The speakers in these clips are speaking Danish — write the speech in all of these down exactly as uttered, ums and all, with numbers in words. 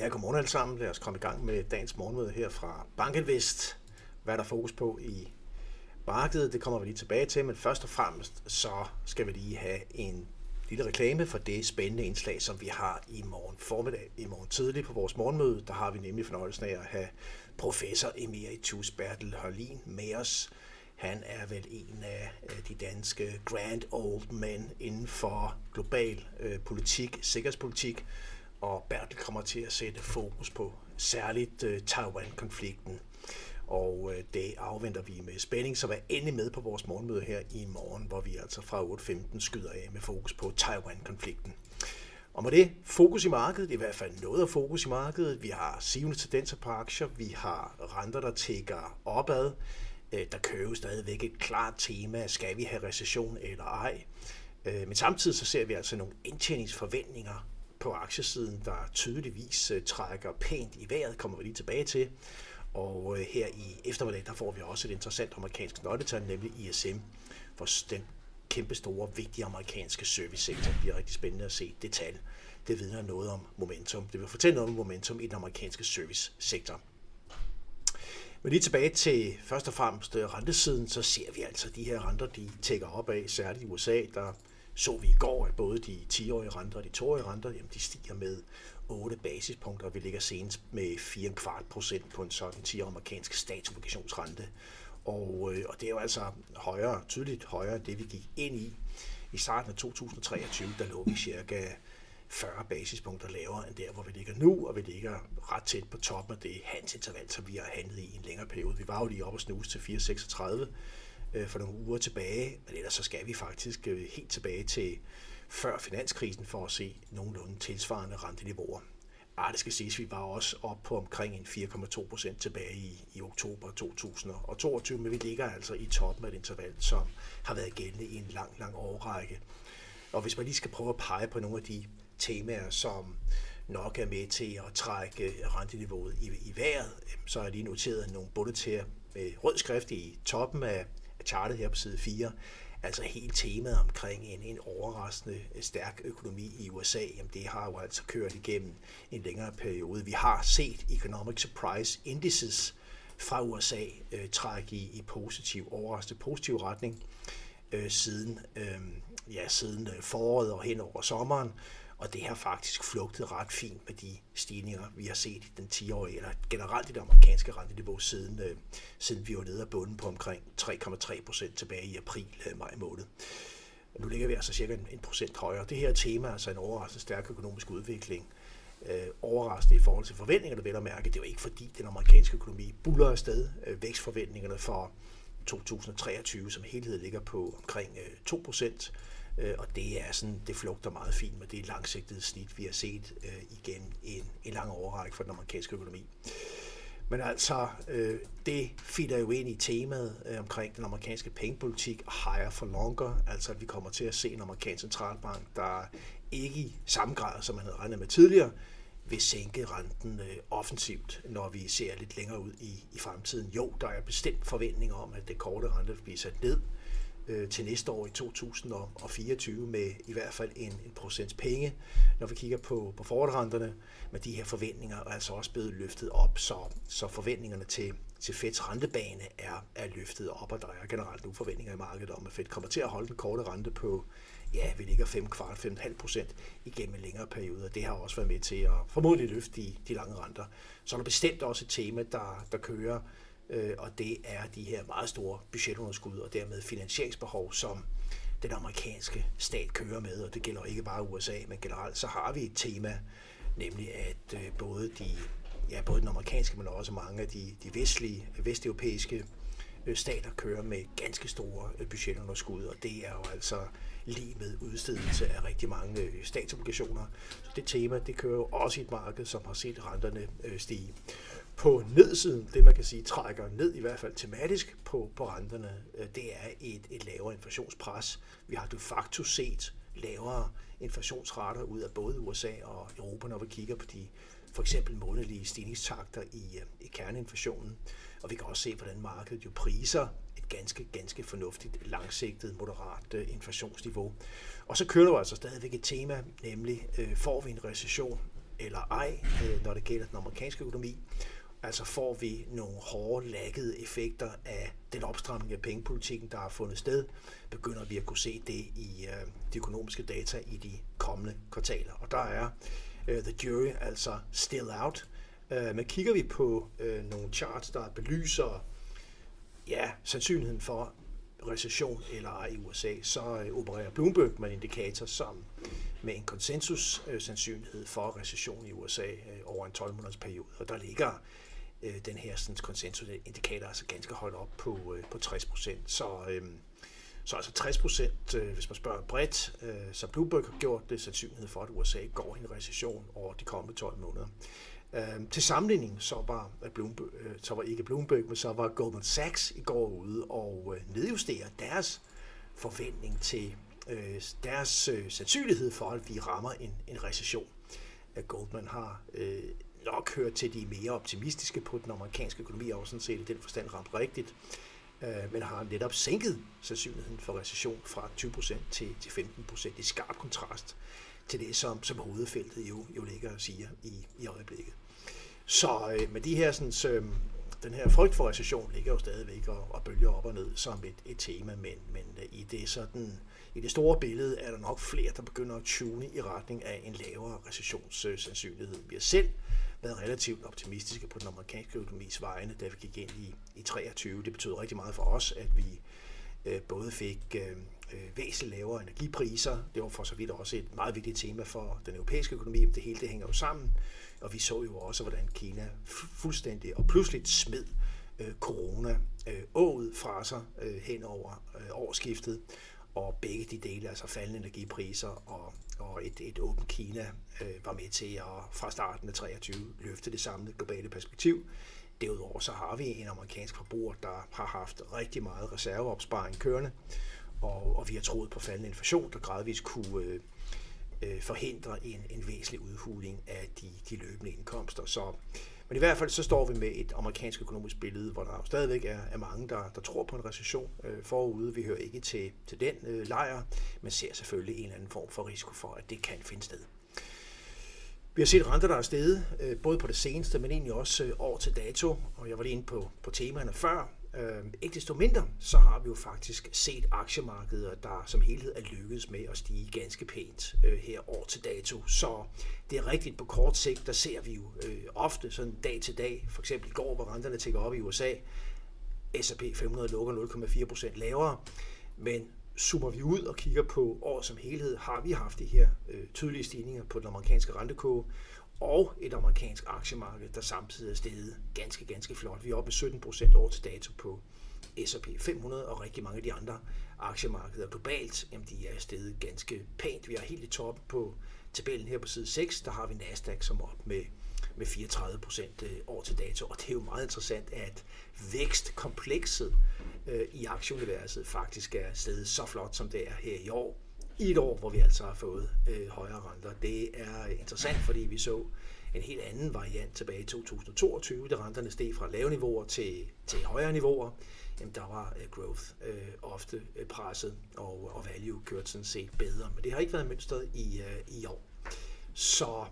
Ja, godmorgen alle sammen. Lad os komme i gang med dagens morgenmøde her fra BankInvest. Hvad er der fokus på i markedet? Det kommer vi lige tilbage til, men først og fremmest så skal vi lige have en lille reklame for det spændende indslag, som vi har i morgen formiddag, i morgen tidlig på vores morgenmøde. Der har vi nemlig fornøjelsen af at have professor emeritus Bertel Hørlin med os. Han er vel en af de danske grand old men inden for global øh, politik, sikkerhedspolitik, og Bertel kommer til at sætte fokus på særligt øh, Taiwan-konflikten. Og øh, det afventer vi med spænding, så vær endelig med på vores morgenmøde her i morgen, hvor vi altså fra otte femten skyder af med fokus på Taiwan-konflikten. Og med det fokus i markedet, i hvert fald noget af fokus i markedet. Vi har sivende tendenser på aktier, vi har renter, der tækker opad. Der kører jo stadigvæk et klart tema, skal vi have recession eller ej. Men samtidig så ser vi altså nogle indtjeningsforventninger på aktiesiden, der tydeligvis trækker pænt i vejret, kommer vi lige tilbage til. Og her i eftermiddag, der får vi også et interessant amerikansk nøgletal, nemlig I S M, for den kæmpe store, vigtige amerikanske servicesektor. Det bliver rigtig spændende at se det tal. Det vidner noget om momentum. Det vil fortælle noget om momentum i den amerikanske servicesektor. Men lige tilbage til først og fremmest rentesiden, så ser vi altså de her renter, de tækker op af, særligt i U S A. Der så vi i går, at både de ti-årige renter og de to-årige renter, jamen de stiger med otte basispunkter. Vi ligger senest med fire komma fem procent på en sådan ti-årig amerikansk statsobligationsrente. Og, øh, og det er jo altså højere, tydeligt højere end det, vi gik ind i. I starten af to tusind og treogtyve, der lå vi cirka fyrre basispunkter lavere end der, hvor vi ligger nu, og vi ligger ret tæt på toppen af det handelsinterval, som vi har handlet i en længere periode. Vi var jo lige oppe og snuse til fire komma seksogtredive øh, for nogle uger tilbage, men ellers så skal vi faktisk øh, helt tilbage til før finanskrisen for at se nogenlunde tilsvarende renteniveauer. Ah, det skal siges, vi var også op på omkring en fire komma to procent tilbage i, i oktober to tusind og toogtyve, men vi ligger altså i toppen af et interval, som har været gældende i en lang, lang årrække. Og hvis man lige skal prøve at pege på nogle af de temaer, som nok er med til at trække renteniveauet i, i vejret, så er jeg lige noteret nogle bullet her med rød skrift i toppen af, af chartet her på side fire. Altså helt temaet omkring en, en overraskende stærk økonomi i U S A, jamen det har jo altså kørt igennem en længere periode. Vi har set Economic Surprise Indices fra U S A øh, trække i, i positiv, overraskende positiv retning øh, siden, øh, ja, siden foråret og hen over sommeren. Og det har faktisk flugtet ret fint med de stigninger, vi har set i den ti-årige, eller generelt i det amerikanske renteniveau, siden, øh, siden vi var nede af bunden på omkring tre komma tre procent tilbage i april-maj øh, måned. Nu ligger vi altså cirka en procent højere. Det her tema er altså en overraskende stærk økonomisk udvikling. Øh, overraskende i forhold til forventningerne, vel at mærke. Det er jo ikke fordi den amerikanske økonomi buller afsted. Øh, vækstforventningerne for to tusind og treogtyve som helhed ligger på omkring øh, to procent. Og det er sådan, det flugter meget fint med det langsigtede snit, vi har set øh, igennem en, en lang overrække for den amerikanske økonomi. Men altså, øh, det fitter jo ind i temaet øh, omkring den amerikanske pengepolitik, higher for longer, altså at vi kommer til at se en amerikansk centralbank, der ikke i samme grad, som man havde regnet med tidligere, vil sænke renten øh, offensivt, når vi ser lidt længere ud i, i fremtiden. Jo, der er bestemt forventninger om, at det korte rente bliver sat ned til næste år i to tusind og fireogtyve med i hvert fald en, en procents penge, når vi kigger på, på forward-renterne, men de her forventninger er altså også blevet løftet op, så, så forventningerne til, til Feds rentebane er, er løftet op, og der er generelt nu forventninger i markedet om, at Fed kommer til at holde den korte rente på, ja, vi ligger fem kvart, fem komma fem procent igennem en længere periode, og det har også været med til at formodentlig løfte de, de lange renter. Så er der bestemt også et tema, der, der kører, og det er de her meget store budgetunderskud og dermed finansieringsbehov, som den amerikanske stat kører med, og det gælder ikke bare U S A, men generelt så har vi et tema, nemlig at både, de, ja, både den amerikanske, men også mange af de, de vestlige, vesteuropæiske stater kører med ganske store budgetunderskud, og det er jo altså lige med udstedelse af rigtig mange statsobligationer. Så det tema, det kører jo også i et marked, som har set renterne stige. På nedsiden, det man kan sige trækker ned i hvert fald tematisk på, på renterne, det er et, et lavere inflationspres. Vi har de facto set lavere inflationsrater ud af både U S A og Europa, når vi kigger på de for eksempel månedlige stigningstakter i, i kerneinflationen. Og vi kan også se, hvordan markedet jo priser et ganske, ganske fornuftigt, langsigtet, moderat øh, inflationsniveau. Og så kører der jo altså stadigvæk et tema, nemlig øh, får vi en recession eller ej, når det gælder den amerikanske økonomi. Altså får vi nogle hårde, laggede effekter af den opstramning af pengepolitikken, der har fundet sted, begynder vi at kunne se det i uh, de økonomiske data i de kommende kvartaler. Og der er uh, the jury altså still out. Uh, men kigger vi på uh, nogle charts, der belyser ja, sandsynligheden for recession eller ej i U S A, så uh, opererer Bloomberg med en indikator som med en konsensus uh, sandsynlighed for recession i U S A uh, over en tolv måneders periode. Og der ligger den her sådan, konsensusindikator altså ganske højt op på, øh, på tres procent. Så, øh, så altså tres procent, øh, hvis man spørger bredt, øh, så Bloomberg har gjort det sandsynlighed for, at U S A går i en recession over de kommende tolv måneder. Øh, til sammenligning så var, Bloomberg, øh, så var ikke Bloomberg, men så var Goldman Sachs i går ude og øh, nedjusterer deres forventning til øh, deres øh, sandsynlighed for, at vi rammer en, en recession. Øh, Goldman har øh, nok hører til de mere optimistiske på den amerikanske økonomi, og sådan set i den forstand ramt rigtigt, øh, men har netop sænket sandsynligheden for recession fra tyve procent til, til femten procent i skarp kontrast til det, som, som hovedfeltet jo, jo ligger og siger i, i øjeblikket. Så øh, med de her, sådan, så, den her frygt for recession ligger jo stadigvæk og, og bølger op og ned som et, et tema, men, men i det sådan I det store billede er der nok flere, der begynder at tune i retning af en lavere recessionssandsynlighed. Vi har selv været relativt optimistiske på den amerikanske økonomis vegne, da vi gik ind i, i treogtyve. Det betød rigtig meget for os, at vi øh, både fik øh, væsentligt lavere energipriser. Det var for så vidt også et meget vigtigt tema for den europæiske økonomi, men det hele det hænger jo sammen. Og vi så jo også, hvordan Kina fuldstændig og pludselig smed øh, corona øh, ået fra sig øh, hen over øh, årsskiftet. Og begge de dele, altså faldende energipriser og, og et, et åbent Kina, øh, var med til at fra starten af treogtyve løfte det samlede globale perspektiv. Derudover så har vi en amerikansk forbruger, der har haft rigtig meget reserveopsparing kørende, og, og vi har troet på faldende inflation, der gradvist kunne øh, forhindre en, en væsentlig udhuling af de, de løbende indkomster. Så, men i hvert fald så står vi med et amerikansk økonomisk billede, hvor der jo stadigvæk er, er mange, der, der tror på en recession øh, forude. Vi hører ikke til, til den øh, lejr, men ser selvfølgelig en eller anden form for risiko for, at det kan finde sted. Vi har set renter, der er steget, øh, både på det seneste, men egentlig også øh, år til dato, og jeg var lige inde på, på temaerne før. Øh, ikke desto mindre, så har vi jo faktisk set aktiemarkeder, der som helhed er lykkedes med at stige ganske pænt øh, her år til dato. Så det er rigtigt på kort sigt, der ser vi jo øh, ofte sådan dag til dag. For eksempel i går, hvor renterne tækker op i U S A. S og P fem hundrede lukker nul komma fire procent lavere, men zoomer vi ud og kigger på året som helhed, har vi haft de her øh, tydelige stigninger på den amerikanske rentekurve, og et amerikansk aktiemarked, der samtidig er steget ganske, ganske flot. Vi er oppe med sytten procent år til dato på S og P fem hundrede, og rigtig mange af de andre aktiemarkeder globalt, jamen de er steget ganske pænt. Vi er helt i toppen på tabellen her på side seks, der har vi Nasdaq som op med, med fireogtredive procent år til dato, og det er jo meget interessant, at vækstkomplekset øh, i aktieuniverset faktisk er steget så flot, som det er her i år. I et år, hvor vi altså har fået øh, højere renter. Det er interessant, fordi vi så en helt anden variant tilbage i to tusind og toogtyve, da renterne steg fra lave niveauer til, til højere niveauer. Jamen, der var øh, growth øh, ofte øh, presset, og, og value kørte sådan set bedre. Men det har ikke været mønstret i, øh, i år. Så,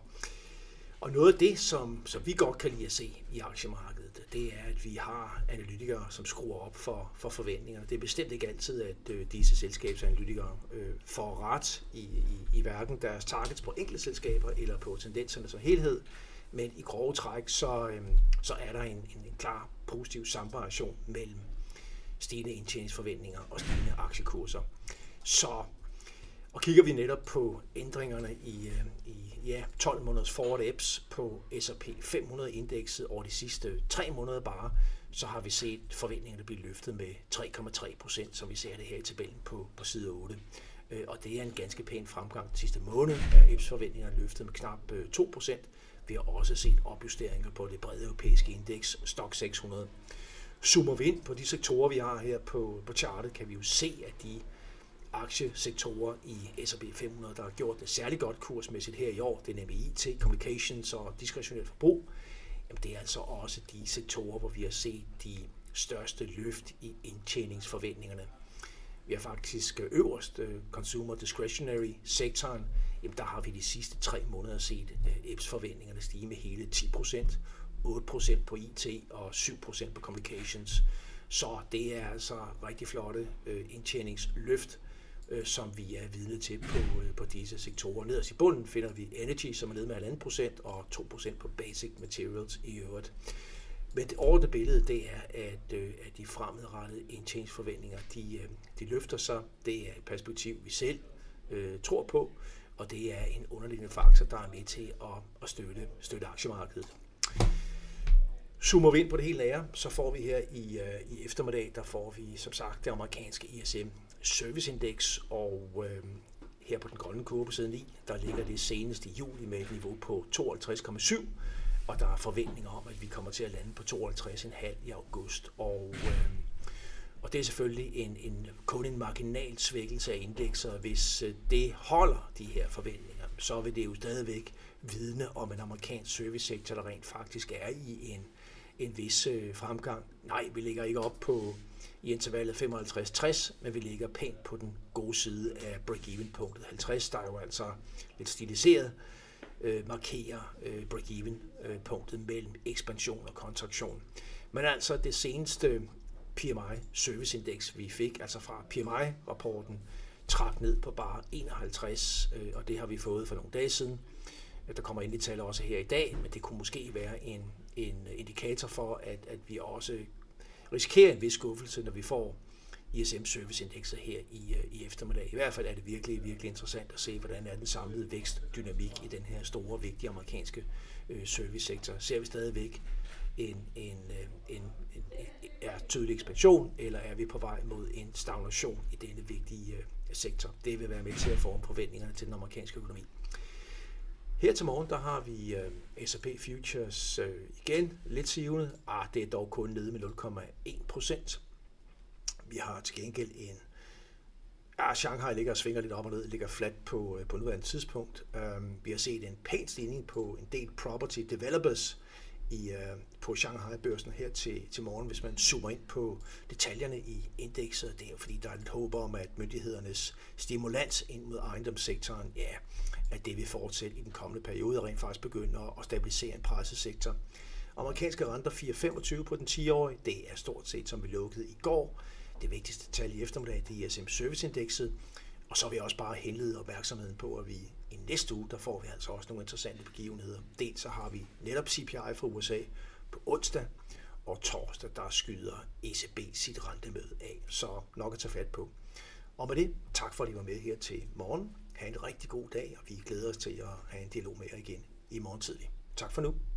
og noget af det, som, som vi godt kan lide at se i aktiemarkedet, det er, at vi har analytikere, som skruer op for, for forventningerne. Det er bestemt ikke altid, at øh, disse selskabsanalytikere øh, får ret i, i, i hverken deres targets på enkelte selskaber eller på tendenserne som helhed, men i grove træk, så, øh, så er der en, en, en klar positiv samvariation mellem stigende indtjeningsforventninger og stigende aktiekurser. Så og kigger vi netop på ændringerne i, i ja, tolv måneders forward E P S på S og P fem hundrede indekset over de sidste tre måneder bare, så har vi set forventningerne blive løftet med tre komma tre procent, som vi ser det her i tabellen på, på side otte. Og det er en ganske pæn fremgang. Den sidste måned er E P S-forventningerne løftet med knap to procent. Vi har også set opjusteringer på det brede europæiske indeks, Stoxx seks hundrede. Zoomer vi ind på de sektorer, vi har her på, på chartet, kan vi jo se, at de aktiesektorer i S og P fem hundrede, der har gjort det særlig godt kursmæssigt her i år, det er nemlig I T, communications og diskretionelt forbrug. Jamen, det er altså også de sektorer, hvor vi har set de største løft i indtjeningsforventningerne. Vi har faktisk øverst consumer discretionary sektoren jamen der har vi de sidste tre måneder set E P S-forventningerne stige med hele ti procent, otte procent på I T og syv procent på Communications. Så det er altså rigtig flotte øh, indtjeningsløft, øh, som vi er vidne til på, øh, på disse sektorer. Nederst i bunden finder vi Energy, som er nede med halvanden procent og to procent på Basic Materials i øvrigt. Men det overordnede billede, det er, at, øh, at de fremadrettede indtjeningsforventninger, de, øh, de løfter sig. Det er et perspektiv, vi selv øh, tror på, og det er en underliggende faktor, der er med til at, at støtte, støtte aktiemarkedet. Zoomer vi ind på det hele nære, så får vi her i, øh, i eftermiddag, der får vi som sagt det amerikanske I S M Service Index, og øh, her på den grønne kurve på siden ni, der ligger det seneste i juli med et niveau på tooghalvtreds komma syv, og der er forventninger om, at vi kommer til at lande på tooghalvtreds komma fem i august. Og, øh, og det er selvfølgelig en, en, kun en marginal svækkelse af indekser. Hvis det holder de her forventninger, så vil det jo stadigvæk vidne om en amerikansk servicesektor, der rent faktisk er i en, en vis øh, fremgang. Nej, vi ligger ikke op på i intervallet femoghalvtreds til tres, men vi ligger pænt på den gode side af break-even-punktet halvtreds, der er jo altså lidt stiliseret, øh, markerer øh, break-even-punktet mellem ekspansion og kontraktion. Men altså det seneste P M I Service Index, vi fik, altså fra P M I-rapporten, trak ned på bare enoghalvtreds, øh, og det har vi fået for nogle dage siden. Der kommer endelig tal også her i dag, men det kunne måske være en, en indikator for, at, at vi også risikerer en vis skuffelse, når vi får I S M Service Indexet her i, i eftermiddag. I hvert fald er det virkelig, virkelig interessant at se, hvordan er den samlede vækstdynamik i den her store, vigtige amerikanske øh, servicesektor. Ser vi stadigvæk en, en, en, en, en er tydelig ekspansion, eller er vi på vej mod en stagnation i denne vigtige øh, sektor? Det vil være med til at forme forventningerne til den amerikanske økonomi. Her til morgen, der har vi uh, S and P Futures uh, igen lidt sivende. Ah, det er dog kun nede med nul komma en procent. Vi har til gengæld en... Ah, Shanghai ligger og svinger lidt op og ned, ligger fladt på, uh, på nuværende tidspunkt. Um, vi har set en pæn stigning på en del property developers i, uh, på Shanghai-børsen her til, til morgen, hvis man zoomer ind på detaljerne i indekset. Det er jo fordi, der er lidt håb om, at myndighedernes stimulans ind mod ejendomssektoren, ja, at det vil fortsætte i den kommende periode og rent faktisk begynder at stabilisere en presset sektor. Amerikanske renter fire komma femogtyve på den ti-årige, det er stort set som vi lukkede i går. Det vigtigste tal i eftermiddag, det er I S M Service Indexet. Og så vil jeg også bare henlede opmærksomheden på, at vi i næste uge, der får vi altså også nogle interessante begivenheder. Dels så har vi netop C P I fra U S A på onsdag, og torsdag, der skyder E C B sit rentemøde af. Så nok at tage fat på. Og med det, tak for at I var med her til morgen. Ha' en rigtig god dag, og vi glæder os til at have en dialog med jer igen i morgen tidlig. Tak for nu.